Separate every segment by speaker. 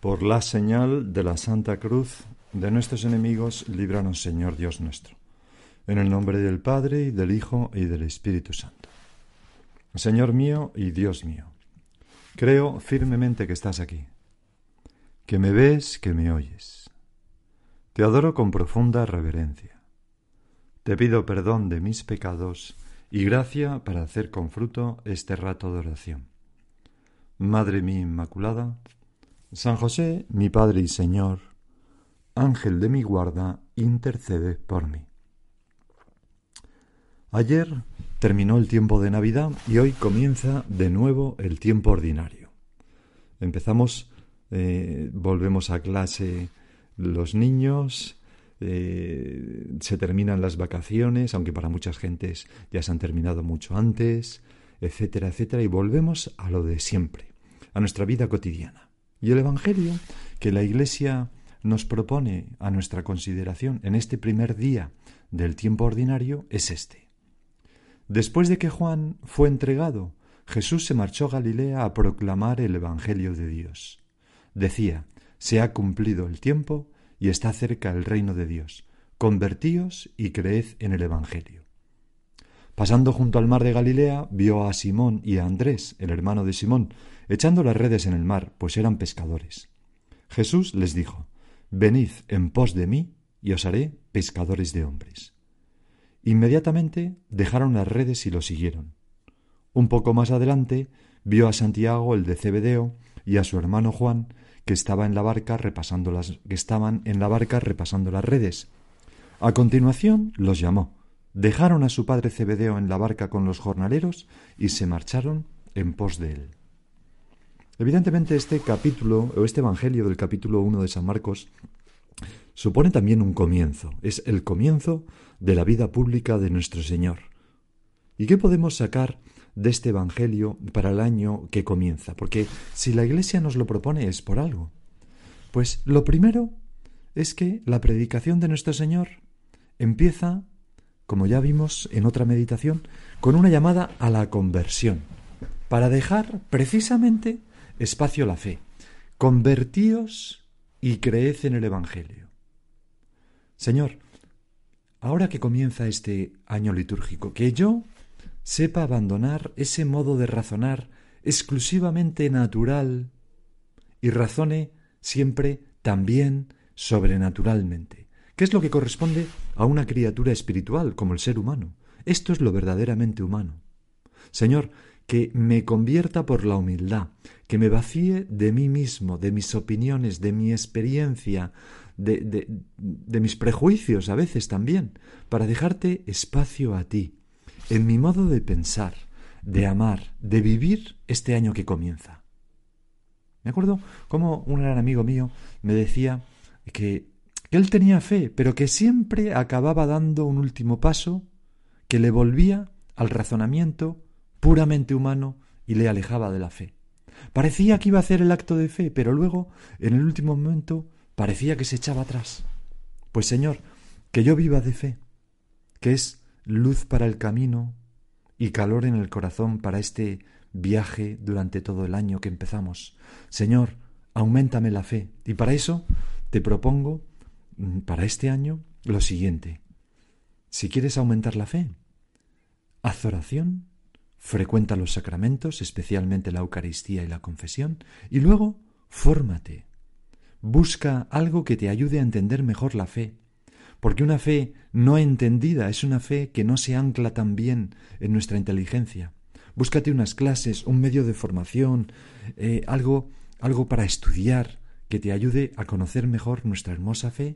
Speaker 1: Por la señal de la Santa Cruz de nuestros enemigos, líbranos, Señor Dios nuestro. En el nombre del Padre, y del Hijo, y del Espíritu Santo. Señor mío y Dios mío, creo firmemente que estás aquí, que me ves, que me oyes. Te adoro con profunda reverencia. Te pido perdón de mis pecados y gracia para hacer con fruto este rato de oración. Madre mía Inmaculada, San José, mi Padre y Señor, Ángel de mi guarda, intercede por mí. Ayer terminó el tiempo de Navidad y hoy comienza de nuevo el tiempo ordinario. Volvemos a clase los niños, se terminan las vacaciones, aunque para muchas gentes ya se han terminado mucho antes, etcétera, etcétera, y volvemos a lo de siempre, a nuestra vida cotidiana. Y el Evangelio que la Iglesia nos propone a nuestra consideración en este primer día del tiempo ordinario es este. Después de que Juan fue entregado, Jesús se marchó a Galilea a proclamar el Evangelio de Dios. Decía: se ha cumplido el tiempo y está cerca el reino de Dios. Convertíos y creed en el Evangelio. Pasando junto al mar de Galilea, vio a Simón y a Andrés, el hermano de Simón, echando las redes en el mar, pues eran pescadores. Jesús les dijo: venid en pos de mí y os haré pescadores de hombres. Inmediatamente dejaron las redes y lo siguieron. Un poco más adelante vio a Santiago, el de Zebedeo, y a su hermano Juan, que estaban en la barca repasando las redes. A continuación los llamó. Dejaron a su padre Zebedeo en la barca con los jornaleros y se marcharon en pos de él. Evidentemente este capítulo, o este Evangelio del capítulo 1 de San Marcos, supone también un comienzo. Es el comienzo de la vida pública de nuestro Señor. ¿Y qué podemos sacar de este Evangelio para el año que comienza? Porque si la Iglesia nos lo propone es por algo. Pues lo primero es que la predicación de nuestro Señor empieza, como ya vimos en otra meditación, con una llamada a la conversión, para dejar precisamente espacio a la fe. Convertíos y creed en el Evangelio. Señor, ahora que comienza este año litúrgico, que yo sepa abandonar ese modo de razonar exclusivamente natural y razone siempre también sobrenaturalmente, que es lo que corresponde a una criatura espiritual como el ser humano. Esto es lo verdaderamente humano. Señor, que me convierta por la humildad, que me vacíe de mí mismo, de mis opiniones, de mi experiencia, de mis prejuicios a veces también, para dejarte espacio a ti, en mi modo de pensar, de amar, de vivir este año que comienza. Me acuerdo como un gran amigo mío me decía que él tenía fe, pero que siempre acababa dando un último paso que le volvía al razonamiento puramente humano y le alejaba de la fe. Parecía que iba a hacer el acto de fe, pero luego, en el último momento, parecía que se echaba atrás. Pues Señor, que yo viva de fe, que es luz para el camino y calor en el corazón para este viaje durante todo el año que empezamos. Señor, auméntame la fe. Y para eso te propongo, para este año, lo siguiente. Si quieres aumentar la fe, haz oración, frecuenta los sacramentos, especialmente la Eucaristía y la confesión, y luego fórmate. Busca algo que te ayude a entender mejor la fe, porque una fe no entendida es una fe que no se ancla tan bien en nuestra inteligencia. Búscate unas clases, un medio de formación, algo para estudiar que te ayude a conocer mejor nuestra hermosa fe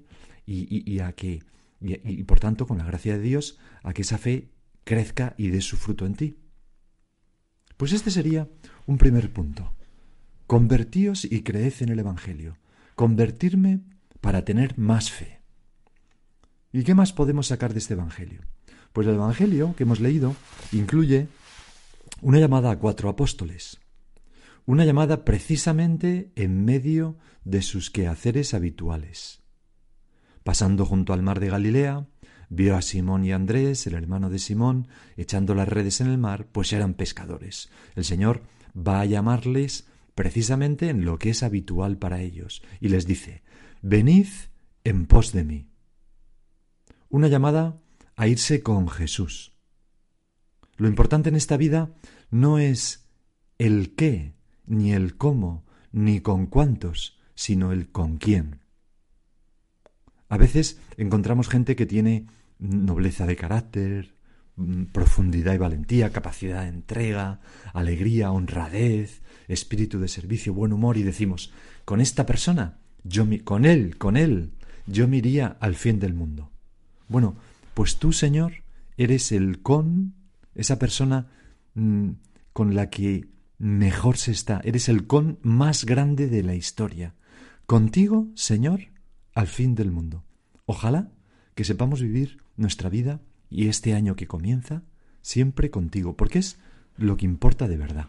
Speaker 1: y por tanto, con la gracia de Dios, a que esa fe crezca y dé su fruto en ti. Pues este sería un primer punto. Convertíos y creed en el Evangelio. Convertirme para tener más fe. ¿Y qué más podemos sacar de este Evangelio? Pues el Evangelio que hemos leído incluye una llamada a 4 apóstoles. Una llamada precisamente en medio de sus quehaceres habituales. Pasando junto al mar de Galilea, vio a Simón y a Andrés, el hermano de Simón, echando las redes en el mar, pues eran pescadores. El Señor va a llamarles precisamente en lo que es habitual para ellos, y les dice: venid en pos de mí. Una llamada a irse con Jesús. Lo importante en esta vida no es el qué, ni el cómo, ni con cuántos, sino el con quién. A veces encontramos gente que tiene nobleza de carácter, profundidad y valentía, capacidad de entrega, alegría, honradez, espíritu de servicio, buen humor, y decimos: con esta persona, con él, yo me iría al fin del mundo. Bueno, pues tú, Señor, eres esa persona con la que mejor se está, eres el más grande de la historia. Contigo, Señor, al fin del mundo. Ojalá que sepamos vivir nuestra vida y este año que comienza siempre contigo, porque es lo que importa de verdad.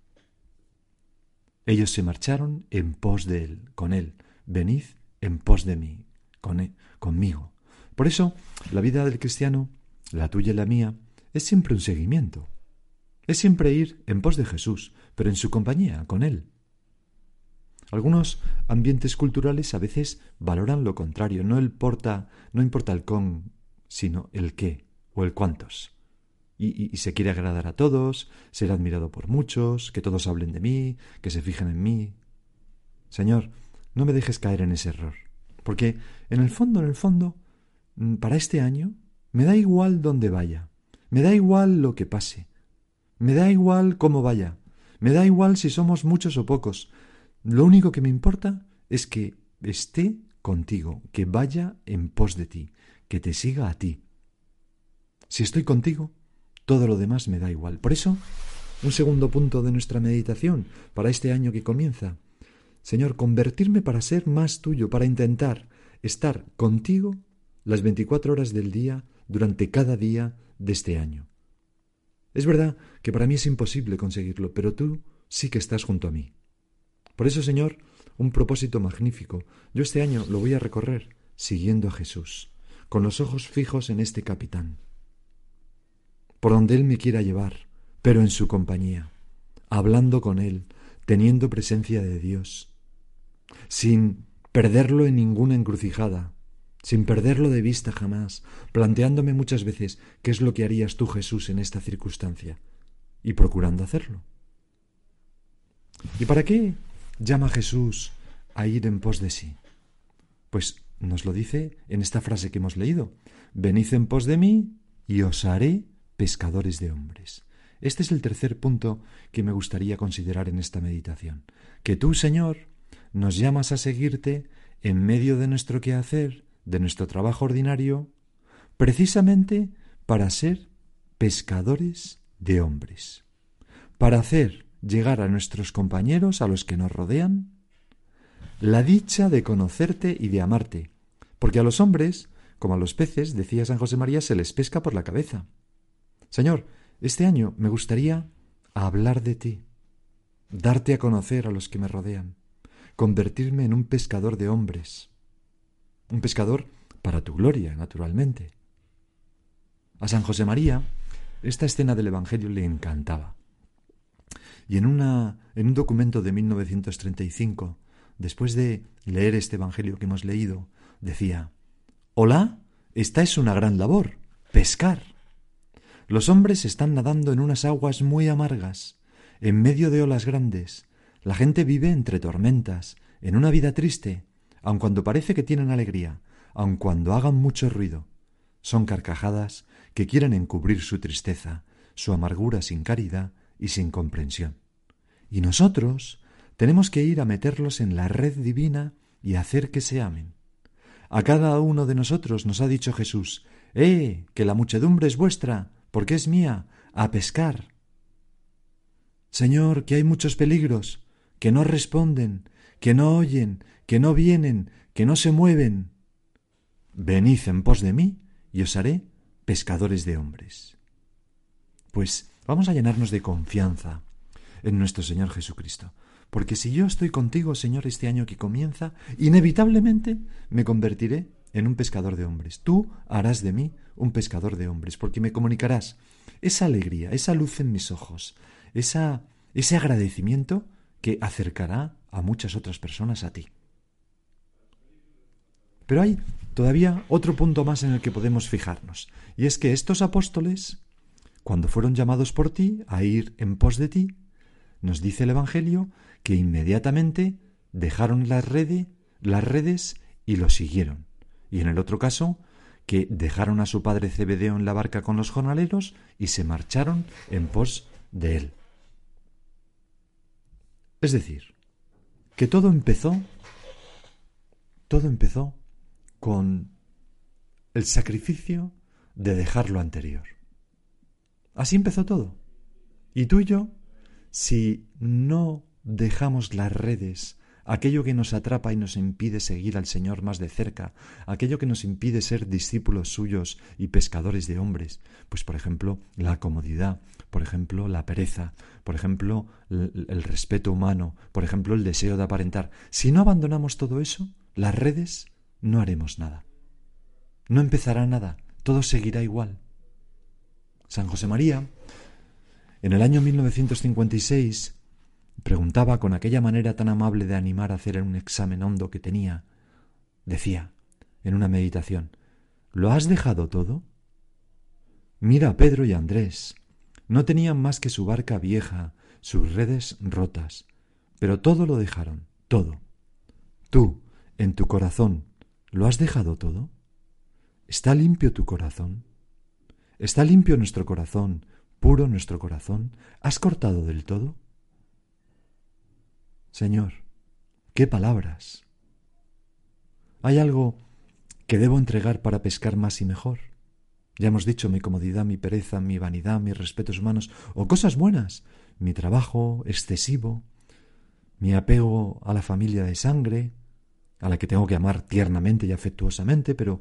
Speaker 1: Ellos se marcharon en pos de él, con él. Venid en pos de mí, conmigo. Por eso, la vida del cristiano, la tuya y la mía, es siempre un seguimiento. Es siempre ir en pos de Jesús, pero en su compañía, con él. Algunos ambientes culturales a veces valoran lo contrario, no importa el con, sino el qué o el cuántos. Y se quiere agradar a todos, ser admirado por muchos, que todos hablen de mí, que se fijen en mí. Señor, no me dejes caer en ese error, porque en el fondo, para este año, me da igual dónde vaya, me da igual lo que pase, me da igual cómo vaya, me da igual si somos muchos o pocos. Lo único que me importa es que esté contigo, que vaya en pos de ti, que te siga a ti. Si estoy contigo, todo lo demás me da igual. Por eso, un segundo punto de nuestra meditación para este año que comienza: Señor, convertirme para ser más tuyo, para intentar estar contigo las 24 horas del día durante cada día de este año. Es verdad que para mí es imposible conseguirlo, pero tú sí que estás junto a mí. Por eso, Señor, un propósito magnífico. Yo este año lo voy a recorrer siguiendo a Jesús, con los ojos fijos en este capitán, por donde Él me quiera llevar, pero en su compañía, hablando con Él, teniendo presencia de Dios, sin perderlo en ninguna encrucijada, sin perderlo de vista jamás, planteándome muchas veces qué es lo que harías tú, Jesús, en esta circunstancia, y procurando hacerlo. ¿Y para qué llama Jesús a ir en pos de sí? Pues nos lo dice en esta frase que hemos leído: venid en pos de mí y os haré pescadores de hombres. Este es el tercer punto que me gustaría considerar en esta meditación. Que tú, Señor, nos llamas a seguirte en medio de nuestro quehacer, de nuestro trabajo ordinario, precisamente para ser pescadores de hombres, para hacer llegar a nuestros compañeros, a los que nos rodean, la dicha de conocerte y de amarte, porque a los hombres, como a los peces, decía San José María, se les pesca por la cabeza. Señor, este año me gustaría hablar de ti, darte a conocer a los que me rodean, convertirme en un pescador de hombres, un pescador para tu gloria, naturalmente. A San José María esta escena del Evangelio le encantaba. Y en un documento de 1935, después de leer este Evangelio que hemos leído, decía: «Hola, esta es una gran labor, pescar. Los hombres están nadando en unas aguas muy amargas, en medio de olas grandes. La gente vive entre tormentas, en una vida triste, aun cuando parece que tienen alegría, aun cuando hagan mucho ruido. Son carcajadas que quieren encubrir su tristeza, su amargura sin caridad y sin comprensión. Y nosotros tenemos que ir a meterlos en la red divina y hacer que se amen. A cada uno de nosotros nos ha dicho Jesús: que la muchedumbre es vuestra, porque es mía, a pescar. Señor, que hay muchos peligros, que no responden, que no oyen, que no vienen, que no se mueven. Venid en pos de mí y os haré pescadores de hombres». Pues vamos a llenarnos de confianza en nuestro Señor Jesucristo, porque si yo estoy contigo, Señor, este año que comienza, inevitablemente me convertiré en un pescador de hombres. Tú harás de mí un pescador de hombres, porque me comunicarás esa alegría, esa luz en mis ojos, ese agradecimiento que acercará a muchas otras personas a ti. Pero hay todavía otro punto más en el que podemos fijarnos, y es que estos apóstoles, cuando fueron llamados por ti a ir en pos de ti, nos dice el Evangelio que inmediatamente dejaron las redes y lo siguieron. Y en el otro caso, que dejaron a su padre Zebedeo en la barca con los jornaleros y se marcharon en pos de él. Es decir, que todo empezó con el sacrificio de dejar lo anterior. Así empezó todo. Y tú y yo, si no dejamos las redes, aquello que nos atrapa y nos impide seguir al Señor más de cerca, aquello que nos impide ser discípulos suyos y pescadores de hombres, pues por ejemplo la comodidad, por ejemplo la pereza, por ejemplo el respeto humano, por ejemplo el deseo de aparentar. Si no abandonamos todo eso, las redes, no haremos nada. No empezará nada, todo seguirá igual. San José María, en el año 1956, preguntaba con aquella manera tan amable de animar a hacer un examen hondo que tenía. Decía, en una meditación, ¿lo has dejado todo? Mira a Pedro y a Andrés. No tenían más que su barca vieja, sus redes rotas, pero todo lo dejaron, todo. Tú, en tu corazón, ¿lo has dejado todo? ¿Está limpio tu corazón? ¿Está limpio nuestro corazón, puro nuestro corazón? ¿Has cortado del todo? Señor, qué palabras. ¿Hay algo que debo entregar para pescar más y mejor? Ya hemos dicho mi comodidad, mi pereza, mi vanidad, mis respetos humanos, o cosas buenas, mi trabajo excesivo, mi apego a la familia de sangre, a la que tengo que amar tiernamente y afectuosamente, pero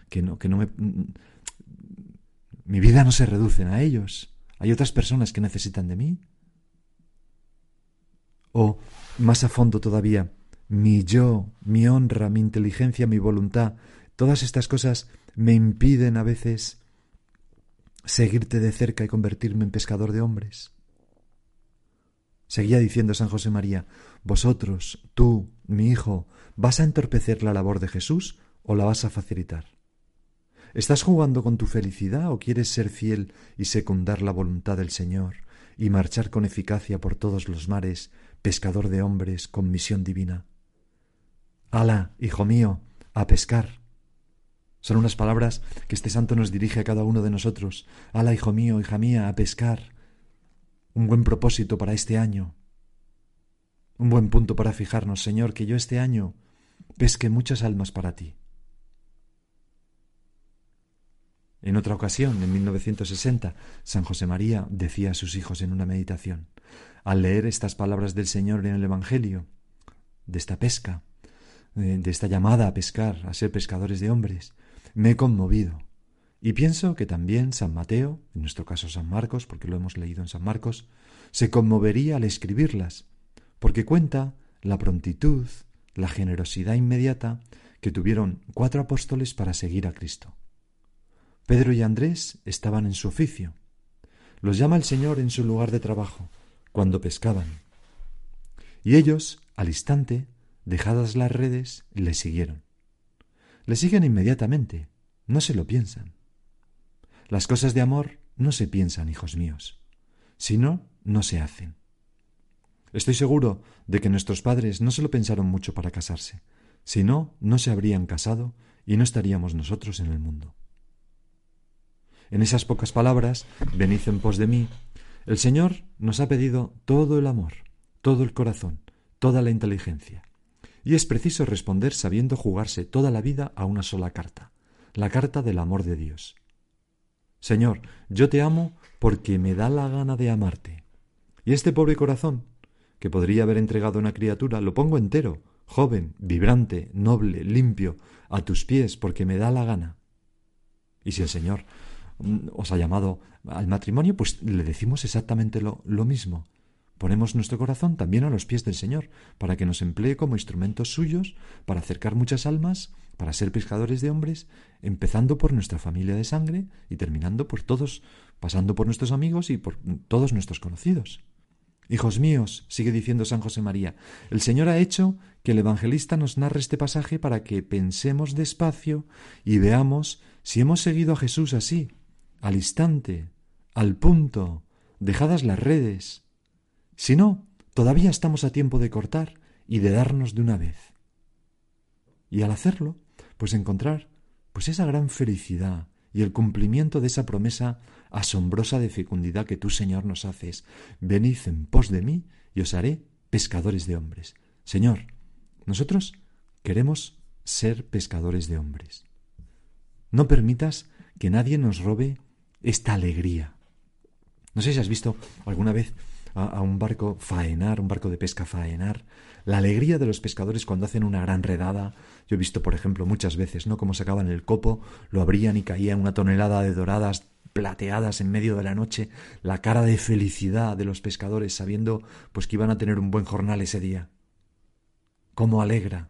Speaker 1: mi vida no se reduce a ellos. Hay otras personas que necesitan de mí. O, más a fondo todavía, mi yo, mi honra, mi inteligencia, mi voluntad, todas estas cosas me impiden a veces seguirte de cerca y convertirme en pescador de hombres. Seguía diciendo San José María, vosotros, tú, mi hijo, ¿vas a entorpecer la labor de Jesús o la vas a facilitar? ¿Estás jugando con tu felicidad o quieres ser fiel y secundar la voluntad del Señor y marchar con eficacia por todos los mares, pescador de hombres con misión divina? ¡Hala, hijo mío, a pescar! Son unas palabras que este santo nos dirige a cada uno de nosotros. ¡Hala, hijo mío, hija mía, a pescar! Un buen propósito para este año. Un buen punto para fijarnos, Señor, que yo este año pesque muchas almas para ti. En otra ocasión, en 1960, San José María decía a sus hijos en una meditación, al leer estas palabras del Señor en el Evangelio, de esta pesca, de esta llamada a pescar, a ser pescadores de hombres, me he conmovido. Y pienso que también San Mateo, en nuestro caso San Marcos, porque lo hemos leído en San Marcos, se conmovería al escribirlas, porque cuenta la prontitud, la generosidad inmediata que tuvieron 4 apóstoles para seguir a Cristo. Pedro y Andrés estaban en su oficio. Los llama el Señor en su lugar de trabajo, cuando pescaban. Y ellos, al instante, dejadas las redes, le siguieron. Le siguen inmediatamente, no se lo piensan. Las cosas de amor no se piensan, hijos míos, sino no se hacen. Estoy seguro de que nuestros padres no se lo pensaron mucho para casarse, si no, no se habrían casado y no estaríamos nosotros en el mundo. En esas pocas palabras, venid en pos de mí, el Señor nos ha pedido todo el amor, todo el corazón, toda la inteligencia. Y es preciso responder sabiendo jugarse toda la vida a una sola carta, la carta del amor de Dios. Señor, yo te amo porque me da la gana de amarte. Y este pobre corazón, que podría haber entregado a una criatura, lo pongo entero, joven, vibrante, noble, limpio, a tus pies porque me da la gana. Y si el Señor os ha llamado al matrimonio, pues le decimos exactamente lo mismo. Ponemos nuestro corazón también a los pies del Señor, para que nos emplee como instrumentos suyos, para acercar muchas almas, para ser pescadores de hombres, empezando por nuestra familia de sangre y terminando por todos, pasando por nuestros amigos y por todos nuestros conocidos. Hijos míos, sigue diciendo San José María, el Señor ha hecho que el evangelista nos narre este pasaje para que pensemos despacio y veamos si hemos seguido a Jesús así, al instante, al punto, dejadas las redes. Si no, todavía estamos a tiempo de cortar y de darnos de una vez. Y al hacerlo, pues encontrar pues esa gran felicidad y el cumplimiento de esa promesa asombrosa de fecundidad que tú, Señor, nos haces. Venid en pos de mí y os haré pescadores de hombres. Señor, nosotros queremos ser pescadores de hombres. No permitas que nadie nos robe esta alegría. No sé si has visto alguna vez a un barco faenar, un barco de pesca faenar, la alegría de los pescadores cuando hacen una gran redada. Yo he visto, por ejemplo, muchas veces, ¿no?, cómo sacaban el copo, lo abrían y caía una tonelada de doradas plateadas en medio de la noche, la cara de felicidad de los pescadores sabiendo pues que iban a tener un buen jornal ese día. ¿Cómo alegra?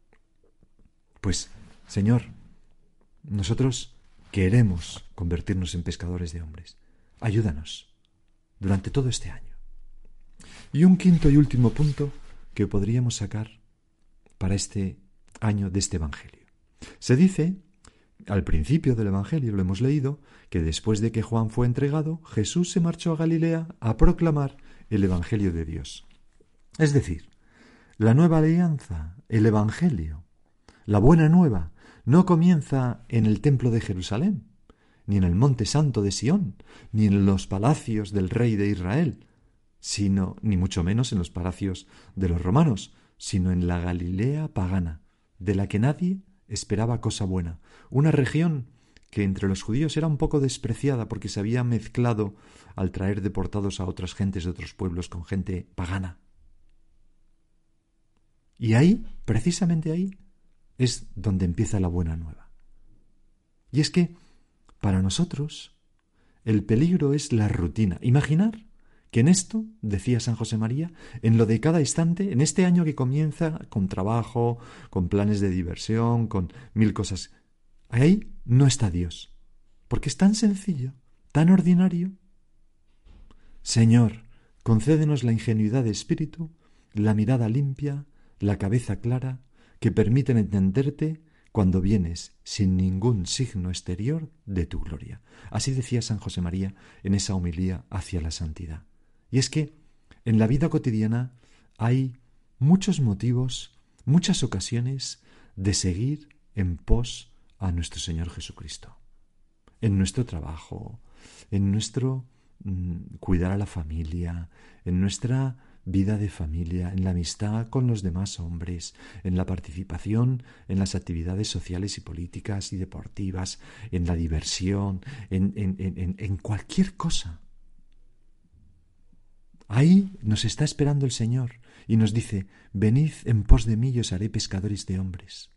Speaker 1: Pues, Señor, nosotros queremos convertirnos en pescadores de hombres. Ayúdanos durante todo este año. Y un quinto y último punto que podríamos sacar para este año de este Evangelio. Se dice, al principio del Evangelio lo hemos leído, que después de que Juan fue entregado, Jesús se marchó a Galilea a proclamar el Evangelio de Dios. Es decir, la nueva alianza, el Evangelio, la buena nueva, no comienza en el templo de Jerusalén, ni en el monte santo de Sión, ni en los palacios del rey de Israel, sino, ni mucho menos en los palacios de los romanos, sino en la Galilea pagana, de la que nadie esperaba cosa buena, una región que entre los judíos era un poco despreciada porque se había mezclado al traer deportados a otras gentes de otros pueblos con gente pagana. Y ahí, precisamente ahí, es donde empieza la buena nueva. Y es que, para nosotros, el peligro es la rutina. Imaginar que en esto, decía San José María, en lo de cada instante, en este año que comienza con trabajo, con planes de diversión, con 1000 cosas, ahí no está Dios, porque es tan sencillo, tan ordinario. Señor, concédenos la ingenuidad de espíritu, la mirada limpia, la cabeza clara, que permiten entenderte cuando vienes sin ningún signo exterior de tu gloria. Así decía San José María en esa homilía hacia la santidad. Y es que en la vida cotidiana hay muchos motivos, muchas ocasiones de seguir en pos a nuestro Señor Jesucristo. En nuestro trabajo, en nuestro cuidar a la familia, en nuestra vida de familia, en la amistad con los demás hombres, en la participación en las actividades sociales y políticas y deportivas, en la diversión, en cualquier cosa. Ahí nos está esperando el Señor y nos dice: venid en pos de mí y os haré pescadores de hombres.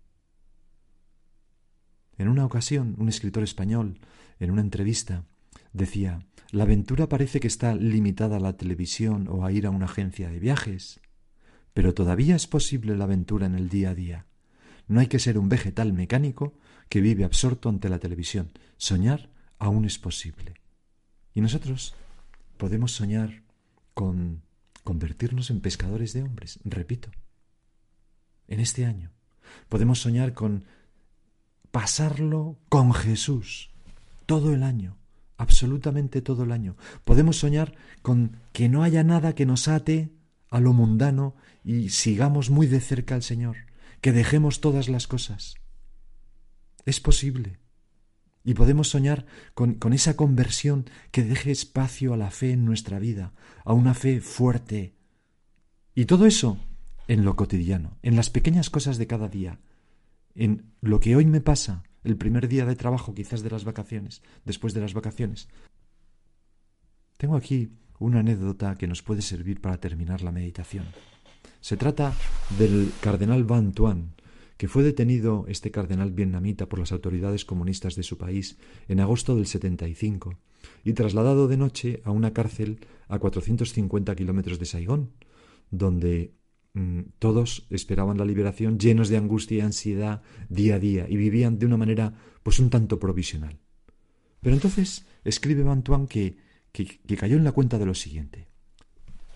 Speaker 1: En una ocasión, un escritor español, en una entrevista, decía: la aventura parece que está limitada a la televisión o a ir a una agencia de viajes, pero todavía es posible la aventura en el día a día. No hay que ser un vegetal mecánico que vive absorto ante la televisión. Soñar aún es posible. Y nosotros podemos soñar con convertirnos en pescadores de hombres, repito, en este año. Podemos soñar con pasarlo con Jesús todo el año, absolutamente todo el año. Podemos soñar con que no haya nada que nos ate a lo mundano y sigamos muy de cerca al Señor, que dejemos todas las cosas. Es posible. Y podemos soñar con esa conversión que deje espacio a la fe en nuestra vida, a una fe fuerte. Y todo eso en lo cotidiano, en las pequeñas cosas de cada día, en lo que hoy me pasa, el primer día de trabajo quizás de las vacaciones, después de las vacaciones. Tengo aquí una anécdota que nos puede servir para terminar la meditación. Se trata del cardenal Van Thuan, que fue detenido, este cardenal vietnamita, por las autoridades comunistas de su país en agosto del 75 y trasladado de noche a una cárcel a 450 kilómetros de Saigón, donde todos esperaban la liberación llenos de angustia y ansiedad día a día y vivían de una manera pues un tanto provisional. Pero entonces escribe Van Thuan que cayó en la cuenta de lo siguiente: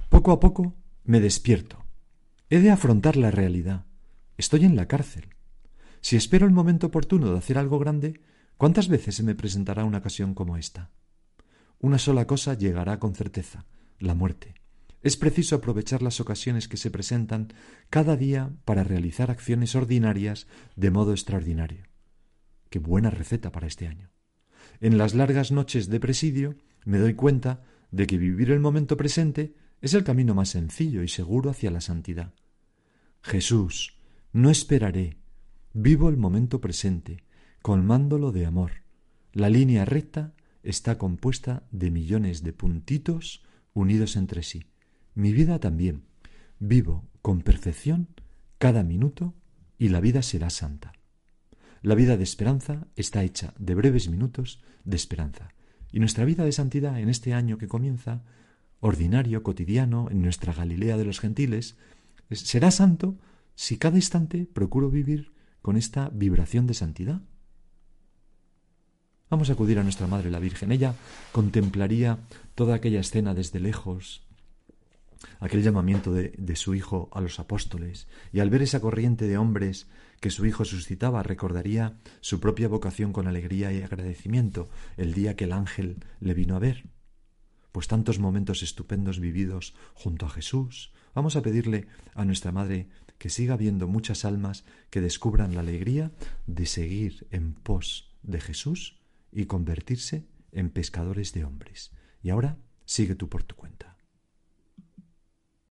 Speaker 1: Poco a poco me despierto. He de afrontar la realidad. Estoy en la cárcel. Si espero el momento oportuno de hacer algo grande, ¿cuántas veces se me presentará una ocasión como esta? Una sola cosa llegará con certeza: la muerte. Es preciso aprovechar las ocasiones que se presentan cada día para realizar acciones ordinarias de modo extraordinario. ¡Qué buena receta para este año! En las largas noches de presidio me doy cuenta de que vivir el momento presente es el camino más sencillo y seguro hacia la santidad. Jesús, no esperaré. Vivo el momento presente, colmándolo de amor. La línea recta está compuesta de millones de puntitos unidos entre sí. Mi vida también. Vivo con perfección cada minuto y la vida será santa. La vida de esperanza está hecha de breves minutos de esperanza. Y nuestra vida de santidad en este año que comienza, ordinario, cotidiano, en nuestra Galilea de los gentiles, será santo si cada instante procuro vivir con esta vibración de santidad. Vamos a acudir a nuestra Madre la Virgen. Ella contemplaría toda aquella escena desde lejos, aquel llamamiento de su Hijo a los apóstoles, y al ver esa corriente de hombres que su Hijo suscitaba, recordaría su propia vocación con alegría y agradecimiento el día que el ángel le vino a ver. Pues tantos momentos estupendos vividos junto a Jesús. Vamos a pedirle a nuestra Madre que siga habiendo muchas almas que descubran la alegría de seguir en pos de Jesús y convertirse en pescadores de hombres. Y ahora sigue tú por tu cuenta.